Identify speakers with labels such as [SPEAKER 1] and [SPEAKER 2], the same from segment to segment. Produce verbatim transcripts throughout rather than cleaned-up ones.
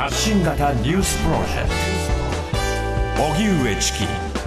[SPEAKER 1] 発信型ニュースプロジェクト荻上チキ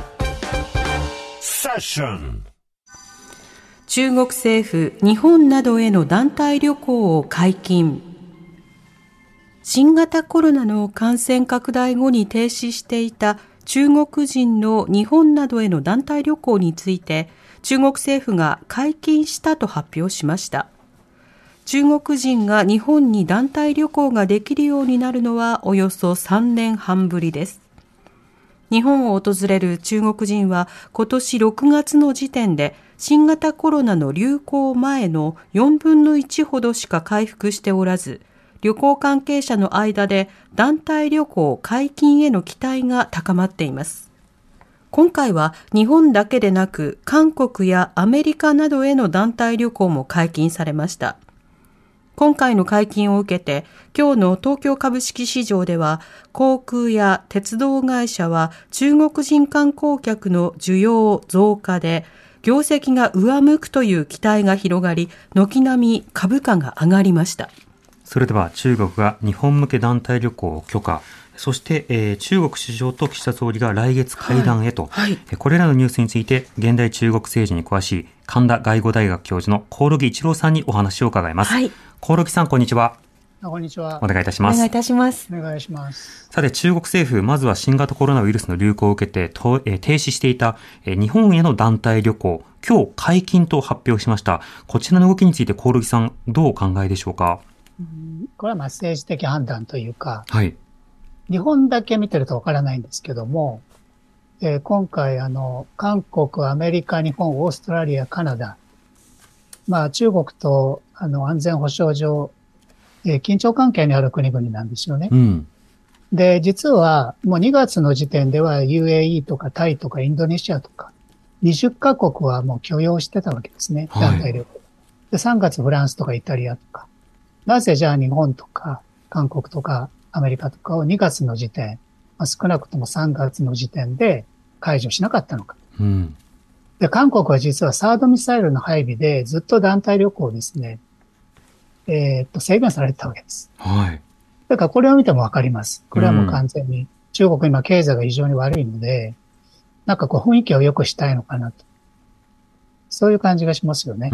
[SPEAKER 1] セッション。
[SPEAKER 2] 中国政府、日本などへの団体旅行を解禁。新型コロナの感染拡大後に停止していた中国人の日本などへの団体旅行について、中国政府が解禁したと発表しました。中国人が日本に団体旅行ができるようになるのはおよそさんねんはんぶりです。日本を訪れる中国人は今年ろくがつの時点で新型コロナの流行前のよんぶんのいちほどしか回復しておらず、旅行関係者の間で団体旅行解禁への期待が高まっています。今回は日本だけでなく韓国やアメリカなどへの団体旅行も解禁されました。今回の解禁を受けて、今日の東京株式市場では航空や鉄道会社は中国人観光客の需要増加で業績が上向くという期待が広がり、軒並み株価が上がりました。
[SPEAKER 3] それでは中国が日本向け団体旅行を許可、そして、えー、中国首相と岸田総理が来月会談へと、はいはい、これらのニュースについて現代中国政治に詳しい神田外語大学教授の興梠一郎さんにお話を伺います。はい、興梠さん、こんにちは。
[SPEAKER 4] こんにちは。
[SPEAKER 3] お願いいたします。
[SPEAKER 2] お願いいたします。
[SPEAKER 4] お願いします。
[SPEAKER 3] さて、中国政府、まずは新型コロナウイルスの流行を受けてと、えー、停止していた、えー、日本への団体旅行、今日解禁と発表しました。こちらの動きについて興梠さん、どうお考えでしょうか。
[SPEAKER 4] うん、これはまあ政治的判断というか、
[SPEAKER 3] はい、
[SPEAKER 4] 日本だけ見てるとわからないんですけども、えー、今回あの韓国、アメリカ、日本、オーストラリア、カナダ、まあ中国とあの安全保障上、えー、緊張関係にある国々なんですよね。うん、で、実はもうにがつの時点では ユーエーイー とかタイとかインドネシアとかにじゅっかこくはもう許容してたわけですね。団体旅行。で、さんがつフランスとかイタリアとか。なぜじゃあ日本とか韓国とかアメリカとかをにがつの時点、まあ、少なくともさんがつの時点で解除しなかったのか。うん、で、韓国は実はサードミサイルの配備でずっと団体旅行をですね、えー、っと、制限されてたわけです。はい。だからこれを見てもわかります。これはもう完全に、中国今経済が非常に悪いので、なんかこう雰囲気を良くしたいのかなと。そういう感じがしますよね。
[SPEAKER 3] うん、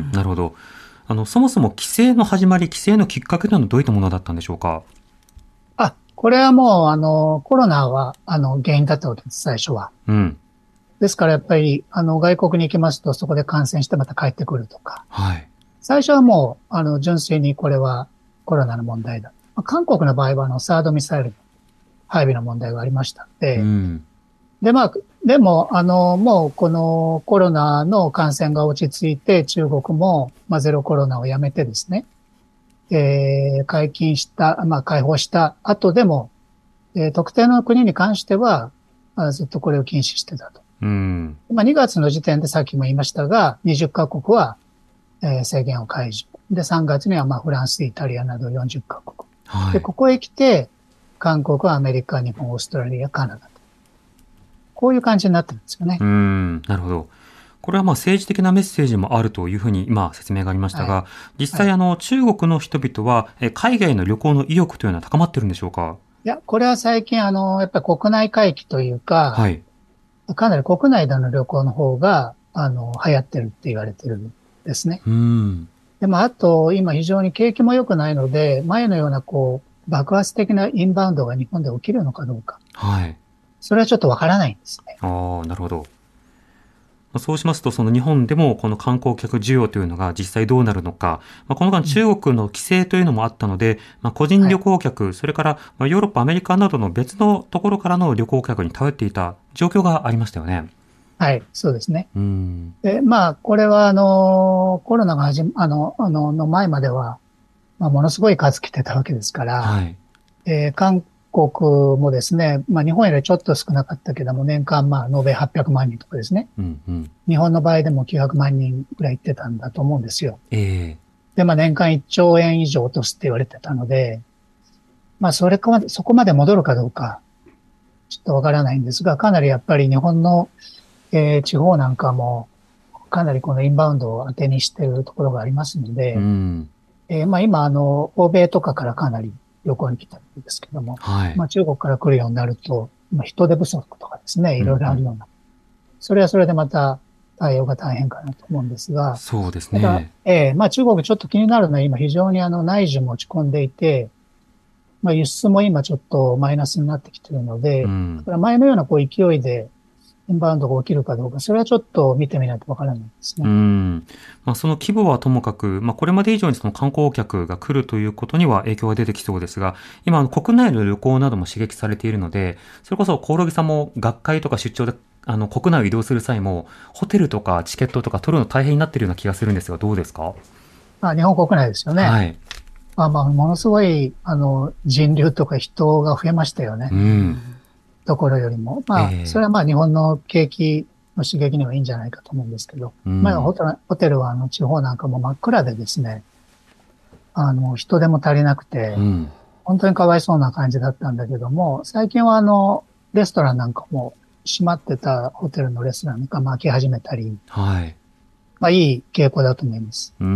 [SPEAKER 3] なるほど。あの、そもそも規制の始まり、規制のきっかけというのはどういったものだったんでしょうか。
[SPEAKER 4] あ、これはもう、あの、コロナは、あの、原因だったわけです、最初は。うん。ですからやっぱり、あの、外国に行きますと、そこで感染してまた帰ってくるとか。はい。最初はもう、あの、純粋にこれはコロナの問題だ。まあ、韓国の場合は、あの、サードミサイルの配備の問題がありましたので、うん、で、まあ、でも、あの、もうこのコロナの感染が落ち着いて、中国も、まあ、ゼロコロナをやめてですね、えー、解禁した、まあ、解放した後でも、えー、特定の国に関しては、まあ、ずっとこれを禁止してたと。うん、まあ、にがつの時点でさっきも言いましたが、にじゅっかこくは、えー、制限を解除。で、さんがつには、まあ、フランス、イタリアなどよんじゅっかこく。はい、で、ここへ来て、韓国、アメリカ、日本、オーストラリア、カナダ。こういう感じになってるんですよね。
[SPEAKER 3] うーん、なるほど。これはまあ政治的なメッセージもあるというふうに今説明がありましたが、はい、実際あの、はい、中国の人々は海外の旅行の意欲というのは高まってるんでしょうか。
[SPEAKER 4] いや、これは最近あの、やっぱり国内回帰というか、はい、かなり国内での旅行の方があの、流行ってるって言われてるんですね。うん。でもあと今非常に景気も良くないので、前のようなこう、爆発的なインバウンドが日本で起きるのかどうか。はい。それはちょっとわからないんですね。
[SPEAKER 3] ああ、なるほど。そうしますと、その日本でもこの観光客需要というのが実際どうなるのか、まあ、この間中国の規制というのもあったので、まあ、個人旅行客、はい、それからヨーロッパ、アメリカなどの別のところからの旅行客に頼っていた状況がありましたよね。
[SPEAKER 4] はい、そうですね。うん。で、まあ、これはあの、コロナが始ま、あの、あの、の前までは、まあ、ものすごい数来てたわけですから、はい。えー、韓国もですね、まあ日本よりちょっと少なかったけども、年間まあ延べはっぴゃくまんにんとかですね。うんうん、日本の場合でもきゅうひゃくまんにんぐらい行ってたんだと思うんですよ。えー、で、まあ年間いっちょうえん以上落とすって言われてたので、まあそれか、そこまで戻るかどうか、ちょっとわからないんですが、かなりやっぱり日本の、えー、地方なんかも、かなりこのインバウンドを当てにしているところがありますので、うん、えー、まあ今あの、欧米とかからかなり旅行に来たんですけども、
[SPEAKER 3] はい。
[SPEAKER 4] まあ中国から来るようになると、まあ、人手不足とかですね、いろいろあるような、それはそれでまた対応が大変かなと思うんですが、
[SPEAKER 3] そうです
[SPEAKER 4] ただ、
[SPEAKER 3] ね。
[SPEAKER 4] ええまあ中国ちょっと気になるのは今非常にあの内需も落ち込んでいて、まあ輸出も今ちょっとマイナスになってきているので、だ
[SPEAKER 3] うん。
[SPEAKER 4] から前のようなこう勢いでインバウンドが起きるかどうか、それはちょっと見てみないとわからないです
[SPEAKER 3] う
[SPEAKER 4] ね。
[SPEAKER 3] ん。まあ、その規模はともかく、まあ、これまで以上にその観光客が来るということには影響が出てきそうですが、今、あの国内の旅行なども刺激されているので、それこそ、コオロギさんも学会とか出張で、あの、国内を移動する際も、ホテルとかチケットとか取るの大変になっているような気がするんですが、どうですか？
[SPEAKER 4] まあ日本国内ですよね。
[SPEAKER 3] はい。
[SPEAKER 4] まあまあ、ものすごい、あの、人流とか人が増えましたよね。
[SPEAKER 3] うん。
[SPEAKER 4] ところよりも。
[SPEAKER 3] え
[SPEAKER 4] まあ、それ
[SPEAKER 3] え。
[SPEAKER 4] はまあ日本の景気の刺激にはいいんじゃないかと思うんですけど、まあ
[SPEAKER 3] うん。
[SPEAKER 4] ホテル、ホテルはあの地方なんかも真っ暗でですね、あの人手も足りなくて、
[SPEAKER 3] うん。
[SPEAKER 4] 本当にかわいそうな感じだったんだけども、最近はあの、レストランなんかも閉まってたホテルのレストランが開き始めたり、
[SPEAKER 3] はい。
[SPEAKER 4] まあいい傾向だと思います。
[SPEAKER 3] うん。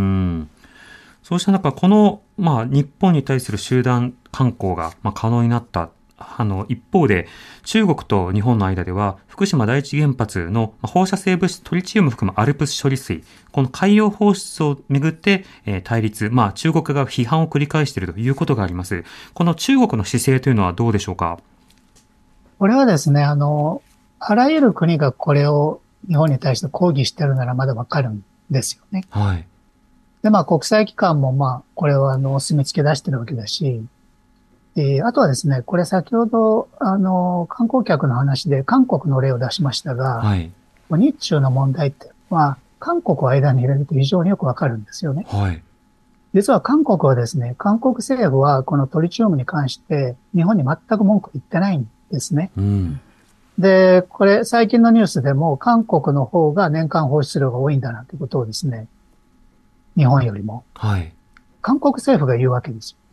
[SPEAKER 3] そうした中、この、まあ、日本に対する集団観光が、まあ、可能になった、あの、一方で、中国と日本の間では、福島第一原発のまあ放射性物質トリチウムを含むアルプス処理水、この海洋放出をめぐって、えー対立、まあ、中国側が批判を繰り返しているということがあります。この中国の姿勢というのはどうでしょうか？
[SPEAKER 4] これはですね、あの、あらゆる国がこれを日本に対して抗議してるならまだわかるんですよね。
[SPEAKER 3] はい。
[SPEAKER 4] で、まあ国際機関もまあ、これはあの、お墨付け出してるわけだし、えーあとはですね、これ先ほど、あの、観光客の話で韓国の例を出しましたが、
[SPEAKER 3] はい。
[SPEAKER 4] 日中の問題って、まあ、韓国を間に入れると非常によくわかるんですよね。
[SPEAKER 3] はい。
[SPEAKER 4] 実は韓国はですね、韓国政府はこのトリチウムに関して日本に全く文句言ってないんですね。
[SPEAKER 3] うん。
[SPEAKER 4] で、これ最近のニュースでも韓国の方が年間放出量が多いんだなということをですね、日本よりも
[SPEAKER 3] はい。
[SPEAKER 4] 韓国政府が言うわけですよ。
[SPEAKER 3] うん。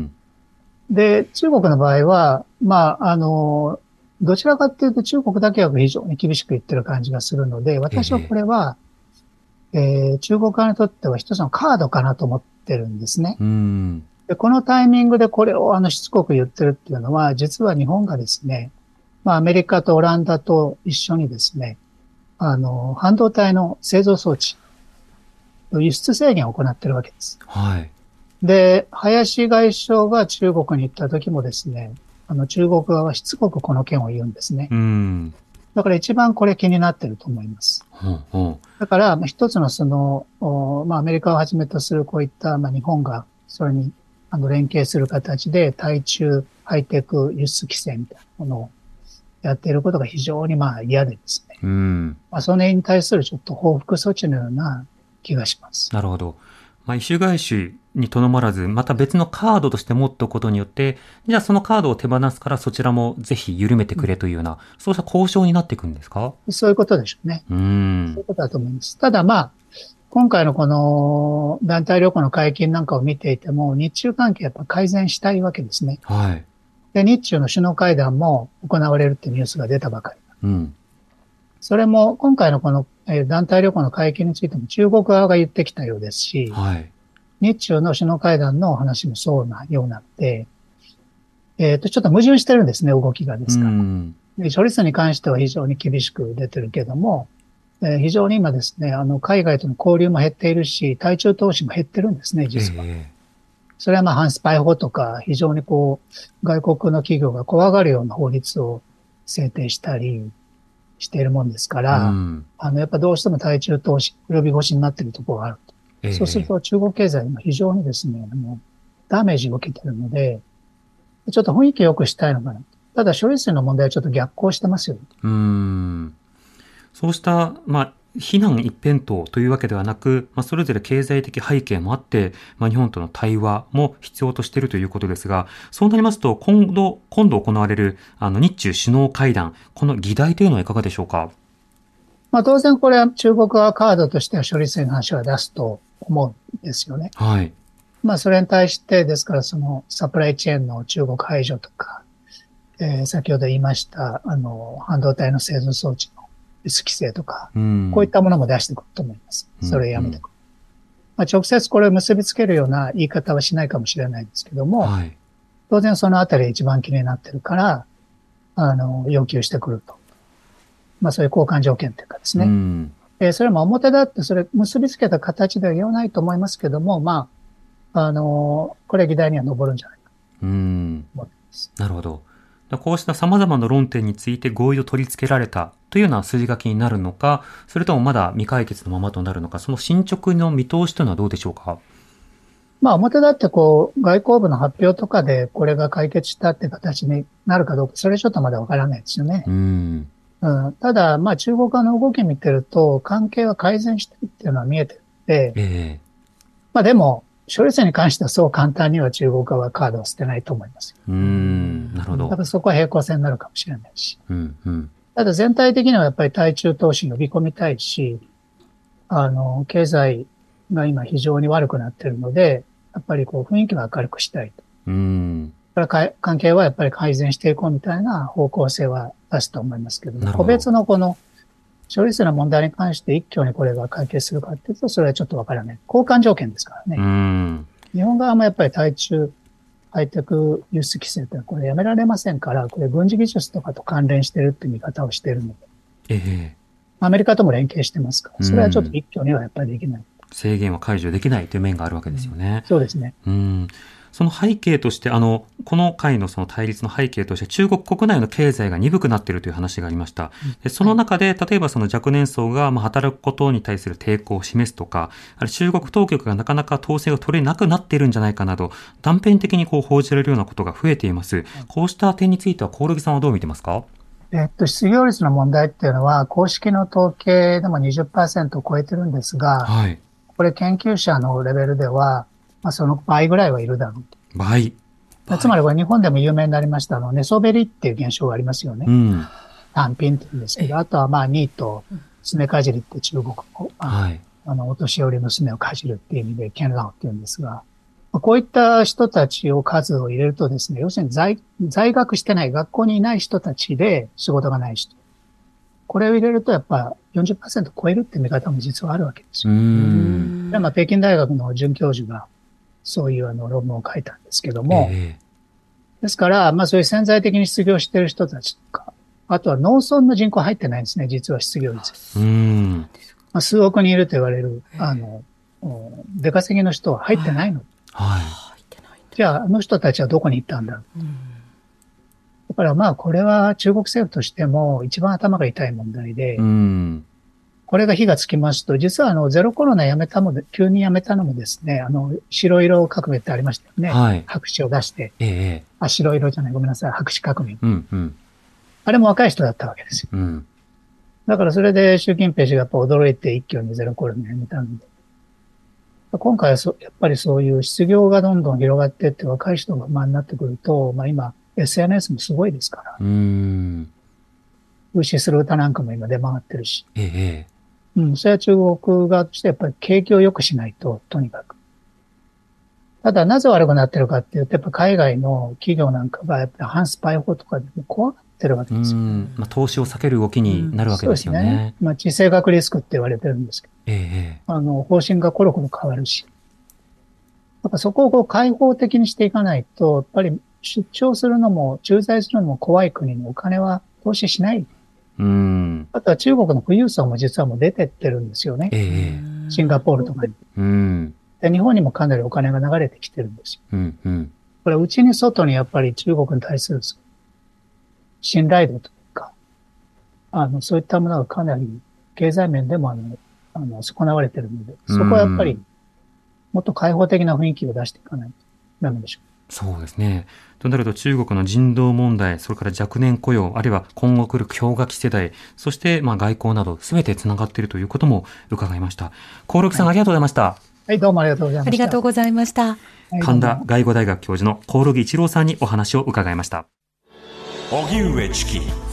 [SPEAKER 4] で、中国の場合は、まあ、あの、どちらかっていうと中国だけは非常に厳しく言ってる感じがするので、私はこ
[SPEAKER 3] ええ。
[SPEAKER 4] れは、えー中国側にとっては一つのカードかなと思ってるんですね。
[SPEAKER 3] うん。
[SPEAKER 4] で、このタイミングでこれをあのしつこく言ってるっていうのは、実は日本がですね、まあアメリカとオランダと一緒にですね、あの、半導体の製造装置の輸出制限を行ってるわけです。
[SPEAKER 3] はい。
[SPEAKER 4] で、林外相が中国に行った時もですね、あの中国側はしつこくこの件を言うんですね。
[SPEAKER 3] うん。
[SPEAKER 4] だから一番これ気になってると思います。
[SPEAKER 3] ほうほ
[SPEAKER 4] だから、まあ一つのその、おまあアメリカをはじめとするこういった、まあ日本がそれにあの連携する形で対中ハイテク輸出規制みたいなものをやっていることが非常にまあ嫌でですね。
[SPEAKER 3] う。うん。
[SPEAKER 4] まあそれに対するちょっと報復措置のような気がします。
[SPEAKER 3] なるほど。まあ、異種外種にとどまらず、また別のカードとして持っておくことによって、じゃあそのカードを手放すからそちらもぜひ緩めてくれというような、そうした交渉になっていくんですか？
[SPEAKER 4] そういうことでしょうね。
[SPEAKER 3] うー。
[SPEAKER 4] そういうんことだと思います。ただまあ、今回のこの団体旅行の解禁なんかを見ていても、日中関係やっぱ改善したいわけですね。
[SPEAKER 3] はい。
[SPEAKER 4] で、日中の首脳会談も行われるっていうニュースが出たばかり。
[SPEAKER 3] うん。
[SPEAKER 4] それも今回のこのえー団体旅行の解禁についても中国側が言ってきたようですし、
[SPEAKER 3] はい。
[SPEAKER 4] 日中の首脳会談の話もそうなようなので、えっと、ちょっと矛盾してるんですね、動きがで
[SPEAKER 3] う
[SPEAKER 4] すから。
[SPEAKER 3] ん。
[SPEAKER 4] で処理水に関しては非常に厳しく出てるけども、えー非常に今ですね、あの、海外との交流も減っているし、対中投資も減ってるんですね、実は。
[SPEAKER 3] え
[SPEAKER 4] それはまあ反スパイ法とか、非常にこう、外国の企業が怖がるような法律を制定したりしているもんですか
[SPEAKER 3] え。う
[SPEAKER 4] ら、
[SPEAKER 3] ん。
[SPEAKER 4] あの、やっぱどうしても対中投資、及び腰になっているところがあると。
[SPEAKER 3] ええ。
[SPEAKER 4] そうすると中国経済も非常にですね、あの、ダメージを受けているので、ちょっと雰囲気良くしたいのかな。ただ処理水の問題はちょっと逆行してますよね。
[SPEAKER 3] うーん。そうした、まあ、非難一辺倒というわけではなく、まあ、それぞれ経済的背景もあって、まあ、日本との対話も必要としているということですが、そうなりますと、今度、今度行われる、あの、日中首脳会談、この議題というのはいかがでしょうか？
[SPEAKER 4] まあ当然これは中国はカードとしては処理水の話は出すと思うんですよね。
[SPEAKER 3] はい。
[SPEAKER 4] まあそれに対して、ですからそのサプライチェーンの中国排除とか、えー先ほど言いました、あの、半導体の製造装置の輸出規制とか、
[SPEAKER 3] うん。
[SPEAKER 4] こういったものも出してくると思います。それをやめてくる。まあ直接これを結びつけるような言い方はしないかもしれないんですけども、
[SPEAKER 3] はい。
[SPEAKER 4] 当然そのあたりが一番気になってるから、あの、要求してくると。まあそういう交換条件というかですね。
[SPEAKER 3] うん、
[SPEAKER 4] えー、それも表立ってそれ結びつけた形では言わないと思いますけども、まあ、あの、これ議題には上るんじゃないかと思ってます。
[SPEAKER 3] なるほど。こうした様々な論点について合意を取り付けられたというような筋書きになるのか、それともまだ未解決のままとなるのか、その進捗の見通しというのはどうでしょうか。
[SPEAKER 4] まあ表立ってこう、外交部の発表とかでこれが解決したって形になるかどうか、それちょっとまだわからないですよね。
[SPEAKER 3] うん、
[SPEAKER 4] うん、ただ、まあ中国側の動き見てると、関係は改善してるっていうのは見えてるんで、
[SPEAKER 3] えー、
[SPEAKER 4] まあでも、処理水に関してはそう簡単には中国側はカードを捨てないと思いますよ。
[SPEAKER 3] うーん、なるほど。
[SPEAKER 4] だからそこは平行線になるかもしれないし。
[SPEAKER 3] うんうん、
[SPEAKER 4] ただ全体的にはやっぱり対中投資に呼び込みたいし、あの、経済が今非常に悪くなっているので、やっぱりこう雰囲気を明るくしたいと。
[SPEAKER 3] うん。
[SPEAKER 4] だから関係はやっぱり改善していこうみたいな方向性は出すと思いますけども、個別のこの処理水の問題に関して一挙にこれが解決するかっていうと、それはちょっとわからない。交換条件ですからね。
[SPEAKER 3] うん、
[SPEAKER 4] 日本側もやっぱり対中ハイテク輸出規制ってこれやめられませんから、これ軍事技術とかと関連してるって見方をしているので。
[SPEAKER 3] ええ、
[SPEAKER 4] アメリカとも連携してますから、それはちょっと一挙にはやっぱりできない。
[SPEAKER 3] 制限は解除できないという面があるわけですよね。
[SPEAKER 4] うん、そうですね。
[SPEAKER 3] うん。その背景として、あの、この回のその対立の背景として、中国国内の経済が鈍くなっているという話がありました。でその中で、例えばその若年層がまあ働くことに対する抵抗を示すとか、ある中国当局がなかなか統制が取れなくなっているんじゃないかなど、断片的にこう報じられるようなことが増えています。こうした点については、興梠さんはどう見てますか？
[SPEAKER 4] えっと、失業率の問題っていうのは、公式の統計でも にじゅっパーセント を超えてるんですが、
[SPEAKER 3] はい、
[SPEAKER 4] これ研究者のレベルでは、まあ、その倍ぐらいはいるだろうと。
[SPEAKER 3] 倍。
[SPEAKER 4] つまりこれ日本でも有名になりましたあの寝そべりっていう現象がありますよね。
[SPEAKER 3] うん、
[SPEAKER 4] 単品って言うんですけど、あとはまあニート、すねかじりって中国語、
[SPEAKER 3] はい、
[SPEAKER 4] あのお年寄りのすねをかじるっていう意味でケンラオって言うんですが、こういった人たちを数を入れるとですね、要するに在在学してない学校にいない人たちで仕事がない人。これを入れるとやっぱ よんじゅっパーセント 超えるって見方も実はあるわけですよ。
[SPEAKER 3] うん、
[SPEAKER 4] でまあ北京大学の准教授がそういうあの論文を書いたんですけども、
[SPEAKER 3] え
[SPEAKER 4] ー、ですから、まあそういう潜在的に失業している人たちとか、あとは農村の人口入ってないんですね、実は失業率。
[SPEAKER 3] うん、
[SPEAKER 4] まあ、数億人いると言われる、あの、出稼ぎの人は入ってないの。
[SPEAKER 3] はい。
[SPEAKER 4] じゃあ、あの人たちはどこに行ったんだろう。だからまあこれは中国政府としても一番頭が痛い問題で、
[SPEAKER 3] うん、
[SPEAKER 4] これが火がつきますと、実はあのゼロコロナやめたも、急にやめたのもですね、あの白色革命ってありましたよね。
[SPEAKER 3] はい、
[SPEAKER 4] 白紙を出して。
[SPEAKER 3] ええ、
[SPEAKER 4] あ、白色じゃない、ごめんなさい、白紙革命。
[SPEAKER 3] うんうん、
[SPEAKER 4] あれも若い人だったわけですよ。
[SPEAKER 3] うん、
[SPEAKER 4] だからそれで習近平氏がやっぱ驚いて一挙にゼロコロナやめたんで。今回はそやっぱりそういう失業がどんどん広がっていって若い人が不安になってくると、まあ今 エスエヌエス もすごいですから。
[SPEAKER 3] うん。
[SPEAKER 4] 風刺する歌なんかも今出回ってるし。
[SPEAKER 3] ええ。
[SPEAKER 4] うん、それは中国側としてやっぱり景気を良くしないと、とにかく。ただなぜ悪くなってるかっていうと、やっぱ海外の企業なんかがやっぱり反スパイ法とかで怖がってるわけですよ。
[SPEAKER 3] うん。まあ投資を避ける動きになるわけですよね。うん、そうですね。
[SPEAKER 4] まあ地政学リスクって言われてるんですけど。
[SPEAKER 3] ええ。
[SPEAKER 4] あの、方針がコロコロ変わるし。やっぱそこをこう開放的にしていかないと、やっぱり出張するのも、駐在するのも怖い国にお金は投資しない。
[SPEAKER 3] うん。
[SPEAKER 4] あとは中国の富裕層も実はもう出てってるんですよね。
[SPEAKER 3] ええ。
[SPEAKER 4] シンガポールとかに。
[SPEAKER 3] うん。
[SPEAKER 4] で、日本にもかなりお金が流れてきてるんですよ。
[SPEAKER 3] うんうん。
[SPEAKER 4] これ、内に外にやっぱり中国に対する信頼度というか、あの、そういったものがかなり経済面でもあの、あの、損なわれてるので、そこはやっぱりもっと開放的な雰囲気を出していかないとダメでしょう。
[SPEAKER 3] そうですね。となると中国の人道問題、それから若年雇用、あるいは今後来る氷河期世代、そしてまあ外交など全てつながっているということも伺いました。興梠さん、はい、ありがとうございました。
[SPEAKER 4] はい、どうもありがとうございました。
[SPEAKER 2] ありがとうございました。はい、
[SPEAKER 3] 神田外語大学教授の興梠一郎さんにお話を伺いました。
[SPEAKER 1] 荻上チキ